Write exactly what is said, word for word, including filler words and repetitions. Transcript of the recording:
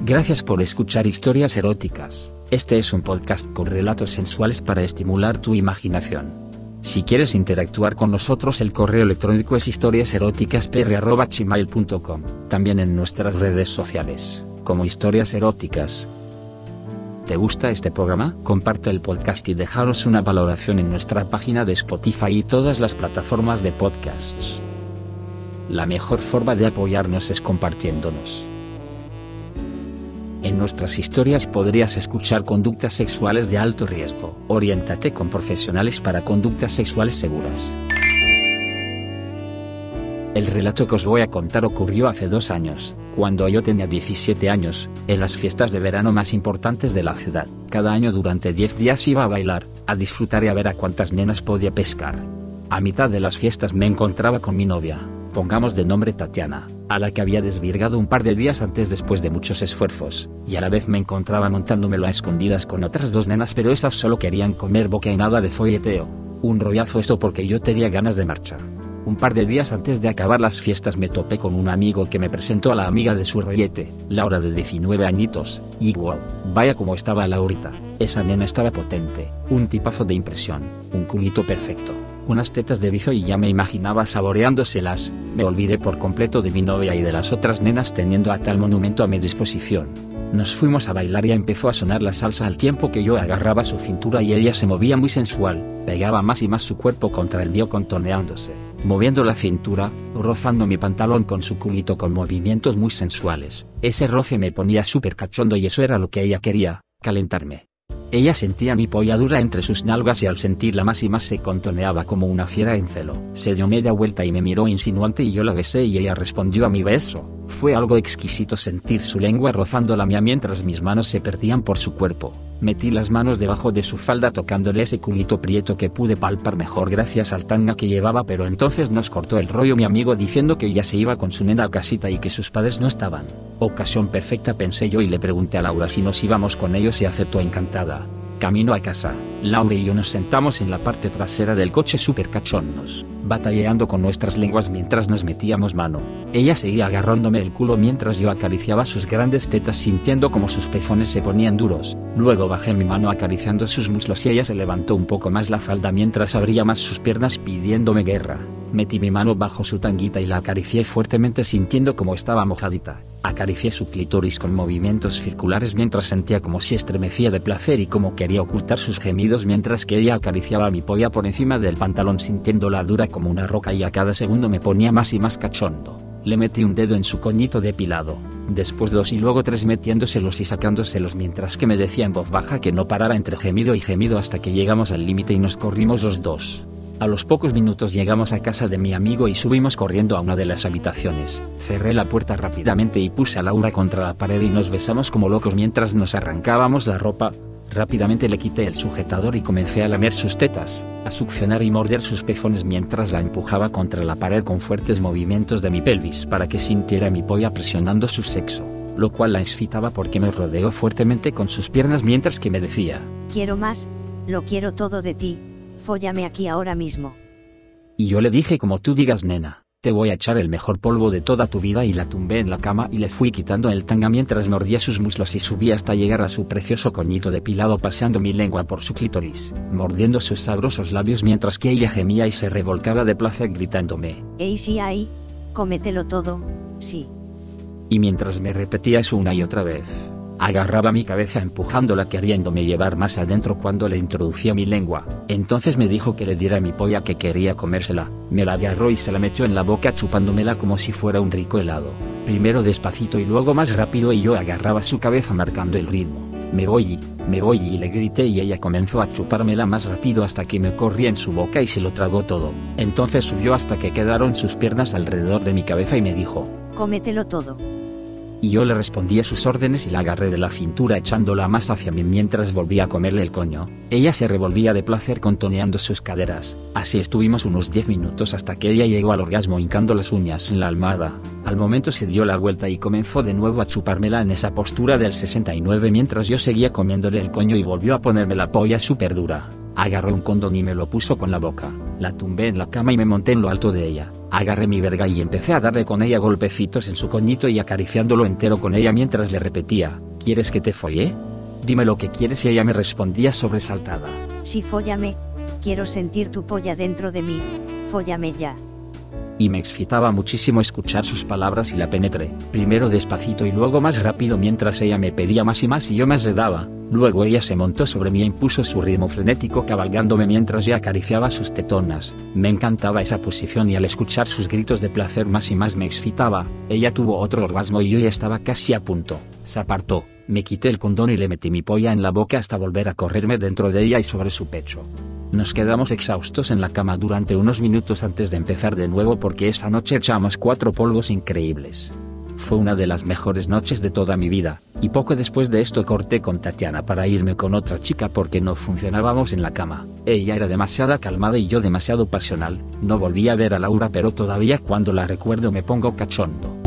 Gracias por escuchar Historias Eróticas. Este es un podcast con relatos sensuales para estimular tu imaginación. Si quieres interactuar con nosotros, el correo electrónico es historias eróticas p r arroba gmail punto com. También en nuestras redes sociales, como Historias Eróticas. ¿Te gusta este programa? Comparte el podcast y déjanos una valoración en nuestra página de Spotify y todas las plataformas de podcasts. La mejor forma de apoyarnos es compartiéndonos. En nuestras historias podrías escuchar conductas sexuales de alto riesgo. Oriéntate con profesionales para conductas sexuales seguras. El relato que os voy a contar ocurrió hace dos años, cuando yo tenía diecisiete años, en las fiestas de verano más importantes de la ciudad. Cada año durante diez días iba a bailar, a disfrutar y a ver a cuántas nenas podía pescar. A mitad de las fiestas me encontraba con mi novia, pongamos de nombre Tatiana, a la que había desvirgado un par de días antes después de muchos esfuerzos, y a la vez me encontraba montándomelo a escondidas con otras dos nenas, pero esas solo querían comer boca y nada de folleteo. Un rollazo esto porque yo tenía ganas de marchar. Un par de días antes de acabar las fiestas me topé con un amigo que me presentó a la amiga de su rollete, Laura de diecinueve añitos, y wow, vaya como estaba Laurita. Esa nena estaba potente, un tipazo de impresión, un culito perfecto, unas tetas de bicho y ya me imaginaba saboreándoselas. Me olvidé por completo de mi novia y de las otras nenas teniendo a tal monumento a mi disposición. Nos fuimos a bailar y empezó a sonar la salsa al tiempo que yo agarraba su cintura y ella se movía muy sensual, pegaba más y más su cuerpo contra el mío contorneándose, moviendo la cintura, rozando mi pantalón con su culito con movimientos muy sensuales. Ese roce me ponía súper cachondo y eso era lo que ella quería, calentarme. Ella sentía mi polla dura entre sus nalgas y al sentirla más y más se contoneaba como una fiera en celo. Se dio media vuelta y me miró insinuante y yo la besé y ella respondió a mi beso. Fue algo exquisito sentir su lengua rozando la mía mientras mis manos se perdían por su cuerpo. Metí las manos debajo de su falda tocándole ese culito prieto que pude palpar mejor gracias al tanga que llevaba, pero entonces nos cortó el rollo mi amigo diciendo que ya se iba con su nena a casita y que sus padres no estaban. Ocasión perfecta, pensé yo, y le pregunté a Laura si nos íbamos con ellos y aceptó encantada. Camino a casa, Laura y yo nos sentamos en la parte trasera del coche súper cachondos, batallando con nuestras lenguas mientras nos metíamos mano. Ella seguía agarrándome el culo mientras yo acariciaba sus grandes tetas sintiendo como sus pezones se ponían duros. Luego bajé mi mano acariciando sus muslos y ella se levantó un poco más la falda mientras abría más sus piernas pidiéndome guerra. Metí mi mano bajo su tanguita y la acaricié fuertemente sintiendo como estaba mojadita. Acaricié su clítoris con movimientos circulares mientras sentía como se estremecía de placer y como quería ocultar sus gemidos mientras que ella acariciaba mi polla por encima del pantalón sintiéndola dura como una roca y a cada segundo me ponía más y más cachondo. Le metí un dedo en su coñito depilado, después dos y luego tres metiéndoselos y sacándoselos mientras que me decía en voz baja que no parara entre gemido y gemido hasta que llegamos al límite y nos corrimos los dos. A los pocos minutos llegamos a casa de mi amigo y subimos corriendo a una de las habitaciones. Cerré la puerta rápidamente y puse a Laura contra la pared y nos besamos como locos mientras nos arrancábamos la ropa. Rápidamente le quité el sujetador y comencé a lamer sus tetas, a succionar y morder sus pezones mientras la empujaba contra la pared con fuertes movimientos de mi pelvis para que sintiera mi polla presionando su sexo, lo cual la excitaba porque me rodeó fuertemente con sus piernas mientras que me decía: quiero más, lo quiero todo de ti, fóllame aquí ahora mismo. Y yo le dije: como tú digas, nena, te voy a echar el mejor polvo de toda tu vida, y la tumbé en la cama y le fui quitando el tanga mientras mordía sus muslos y subí hasta llegar a su precioso coñito depilado paseando mi lengua por su clítoris, mordiendo sus sabrosos labios mientras que ella gemía y se revolcaba de placer gritándome: ¡Ey, sí, ahí! ¡Cómetelo todo, sí! Y mientras me repetía eso una y otra vez, agarraba mi cabeza empujándola queriéndome llevar más adentro cuando le introducía mi lengua. Entonces me dijo que le diera mi polla, que quería comérsela. Me la agarró y se la metió en la boca chupándomela como si fuera un rico helado. Primero despacito y luego más rápido y yo agarraba su cabeza marcando el ritmo. Me voy, me voy, y le grité y ella comenzó a chupármela más rápido hasta que me corrí en su boca y se lo tragó todo. Entonces subió hasta que quedaron sus piernas alrededor de mi cabeza y me dijo: cómetelo todo. Y yo le respondí a sus órdenes y la agarré de la cintura echándola más hacia mí mientras volvía a comerle el coño. Ella se revolvía de placer contoneando sus caderas. Así estuvimos unos diez minutos hasta que ella llegó al orgasmo hincando las uñas en la almohada. Al momento se dio la vuelta y comenzó de nuevo a chupármela en esa postura del sesenta y nueve mientras yo seguía comiéndole el coño y volvió a ponerme la polla súper dura. Agarró un condón y me lo puso con la boca. La tumbé en la cama y me monté en lo alto de ella. Agarré mi verga y empecé a darle con ella golpecitos en su coñito y acariciándolo entero con ella mientras le repetía, ¿quieres que te folle? Dime lo que quieres, y ella me respondía sobresaltada. Sí, fóllame, quiero sentir tu polla dentro de mí, fóllame ya. Y me excitaba muchísimo escuchar sus palabras y la penetré, primero despacito y luego más rápido mientras ella me pedía más y más y yo más le daba. Luego ella se montó sobre mí e impuso su ritmo frenético cabalgándome mientras yo acariciaba sus tetonas. Me encantaba esa posición y al escuchar sus gritos de placer más y más me excitaba. Ella tuvo otro orgasmo y yo ya estaba casi a punto. Se apartó, me quité el condón y le metí mi polla en la boca hasta volver a correrme dentro de ella y sobre su pecho. Nos quedamos exhaustos en la cama durante unos minutos antes de empezar de nuevo porque esa noche echamos cuatro polvos increíbles. Fue una de las mejores noches de toda mi vida, y poco después de esto corté con Tatiana para irme con otra chica porque no funcionábamos en la cama. Ella era demasiado calmada y yo demasiado pasional. No volví a ver a Laura, pero todavía cuando la recuerdo me pongo cachondo.